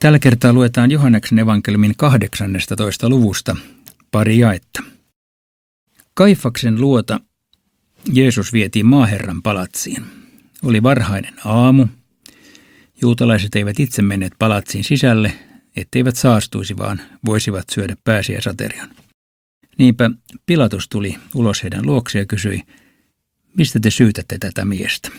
Tällä kertaa luetaan Johanneksen evankeliumin 18. luvusta pari jaetta. Kaifaksen luota Jeesus vietiin maaherran palatsiin. Oli varhainen aamu. Juutalaiset eivät itse menneet palatsiin sisälle, etteivät saastuisi, vaan voisivat syödä pääsiäisaterian. Niinpä Pilatus tuli ulos heidän luokseen ja kysyi, mistä te syytätte tätä miestä?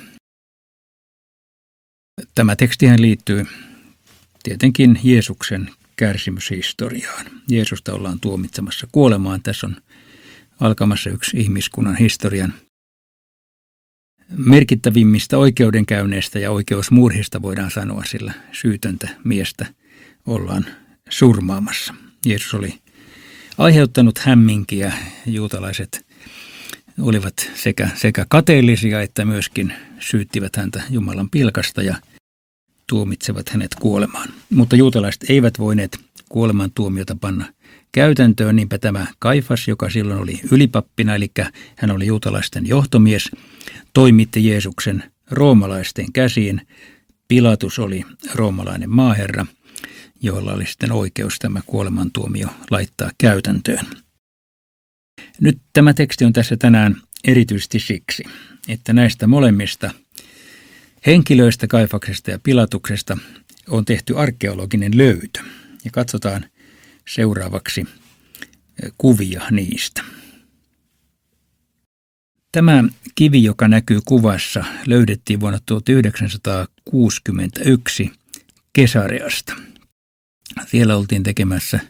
Tämä tekstihän liittyy tietenkin Jeesuksen kärsimyshistoriaan. Jeesusta ollaan tuomitsemassa kuolemaan. Tässä on alkamassa yksi ihmiskunnan historian merkittävimmistä oikeudenkäynneistä ja oikeusmurhista voidaan sanoa, sillä syytöntä miestä ollaan surmaamassa. Jeesus oli aiheuttanut hämminkiä. Juutalaiset olivat sekä kateellisia että myöskin syyttivät häntä Jumalan pilkasta ja tuomitsevat hänet kuolemaan. Mutta juutalaiset eivät voineet kuolemantuomiota panna käytäntöön, niinpä tämä Kaifas, joka silloin oli ylipappina, eli hän oli juutalaisten johtomies, toimitti Jeesuksen roomalaisten käsiin. Pilatus oli roomalainen maaherra, jolla oli sitten oikeus tämä kuolemantuomio laittaa käytäntöön. Nyt tämä teksti on tässä tänään erityisesti siksi, että näistä molemmista henkilöistä, Kaifaksesta ja Pilatuksesta, on tehty arkeologinen löytö. Ja katsotaan seuraavaksi kuvia niistä. Tämä kivi, joka näkyy kuvassa, löydettiin vuonna 1961 Kesareasta. Siellä oltiin tekemässä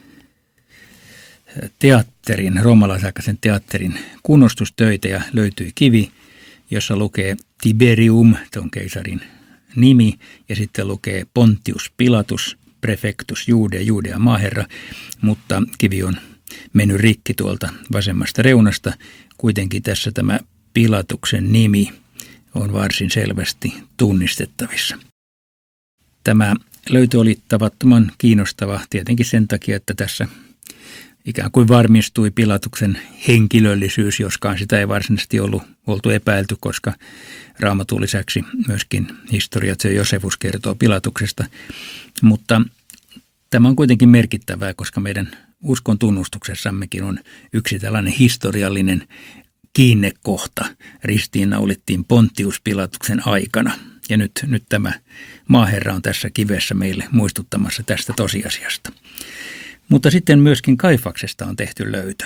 roomalaisaikaisen teatterin kunnostustöitä ja löytyi kivi, jossa lukee Tiberium, tuo on keisarin nimi, ja sitten lukee Pontius Pilatus, prefectus Judea maaherra, mutta kivi on mennyt rikki tuolta vasemmasta reunasta. Kuitenkin tässä tämä Pilatuksen nimi on varsin selvästi tunnistettavissa. Tämä löytö oli tavattoman kiinnostava tietenkin sen takia, että tässä ikään kuin varmistui Pilatuksen henkilöllisyys, joskaan sitä ei varsinaisesti oltu epäilty, koska Raamatun lisäksi myöskin historiatsija Josefus kertoo Pilatuksesta. Mutta tämä on kuitenkin merkittävää, koska meidän uskon tunnustuksessammekin on yksi tällainen historiallinen kiinnekohta. Ristiinnaulittiin Pontius Pilatuksen aikana. Ja nyt tämä maaherra on tässä kivessä meille muistuttamassa tästä tosiasiasta. Mutta sitten myöskin Kaifaksesta on tehty löytö.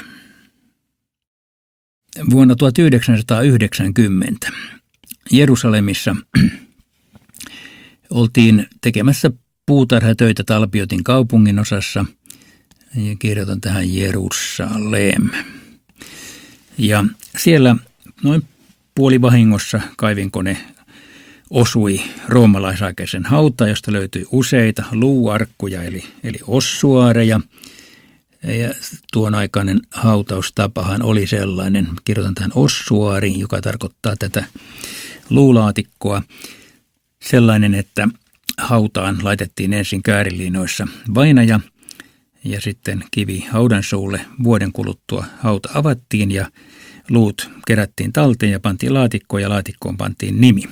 Vuonna 1990 Jerusalemissa oltiin tekemässä puutarhatöitä Talbiotin kaupungin osassa. Ja kirjoitan tähän Jerusalem. Ja siellä noin puolivahingossa kaivinkone osui roomalaisaikaisen hautaan, josta löytyi useita luuarkkuja eli ossuaareja. Ja tuon aikainen hautaustapahan oli sellainen, kirjoitan tähän ossuaari, joka tarkoittaa tätä luulaatikkoa, sellainen, että hautaan laitettiin ensin kääriliinoissa vainaja ja sitten kivi haudan suulle. Vuoden kuluttua hauta avattiin ja luut kerättiin talteen ja pantiin laatikkoon ja laatikkoon pantiin nimi.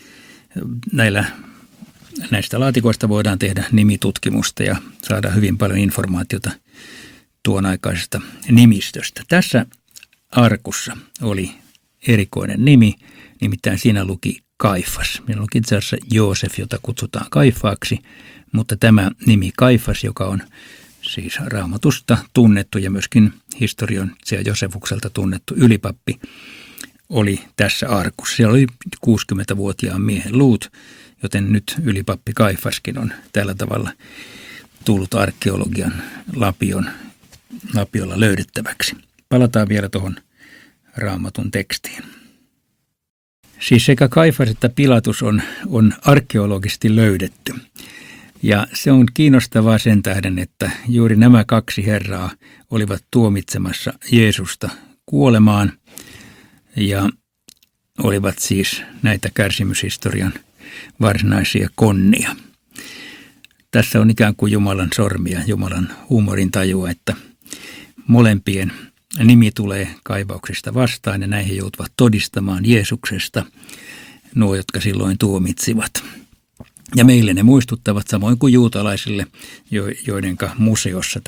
Näistä laatikoista voidaan tehdä nimitutkimusta ja saada hyvin paljon informaatiota tuon aikaisesta nimistöstä. Tässä arkussa oli erikoinen nimi, nimittäin siinä luki Kaifas. Meillä luki itse asiassa Joosef, jota kutsutaan Kaifaaksi, mutta tämä nimi Kaifas, joka on siis Raamatusta tunnettu ja myöskin historioitsija Josefukselta tunnettu ylipappi, oli tässä arkussa. Siellä oli 60-vuotiaan miehen luut, joten nyt ylipappi Kaifaskin on tällä tavalla tullut arkeologian lapiolla löydettäväksi. Palataan vielä tuohon Raamatun tekstiin. Siis sekä Kaifas että Pilatus on arkeologisesti löydetty. Ja se on kiinnostavaa sen tähden, että juuri nämä kaksi herraa olivat tuomitsemassa Jeesusta kuolemaan ja olivat siis näitä kärsimyshistorian varsinaisia konnia. Tässä on ikään kuin Jumalan sormia, Jumalan huumorintajua, että molempien nimi tulee kaivauksista vastaan ja näihin joutuvat todistamaan Jeesuksesta nuo, jotka silloin tuomitsivat. Ja meille ne muistuttavat, samoin kuin juutalaisille, joidenka museossa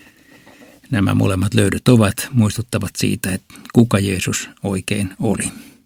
nämä molemmat löydöt ovat, muistuttavat siitä, että kuka Jeesus oikein oli.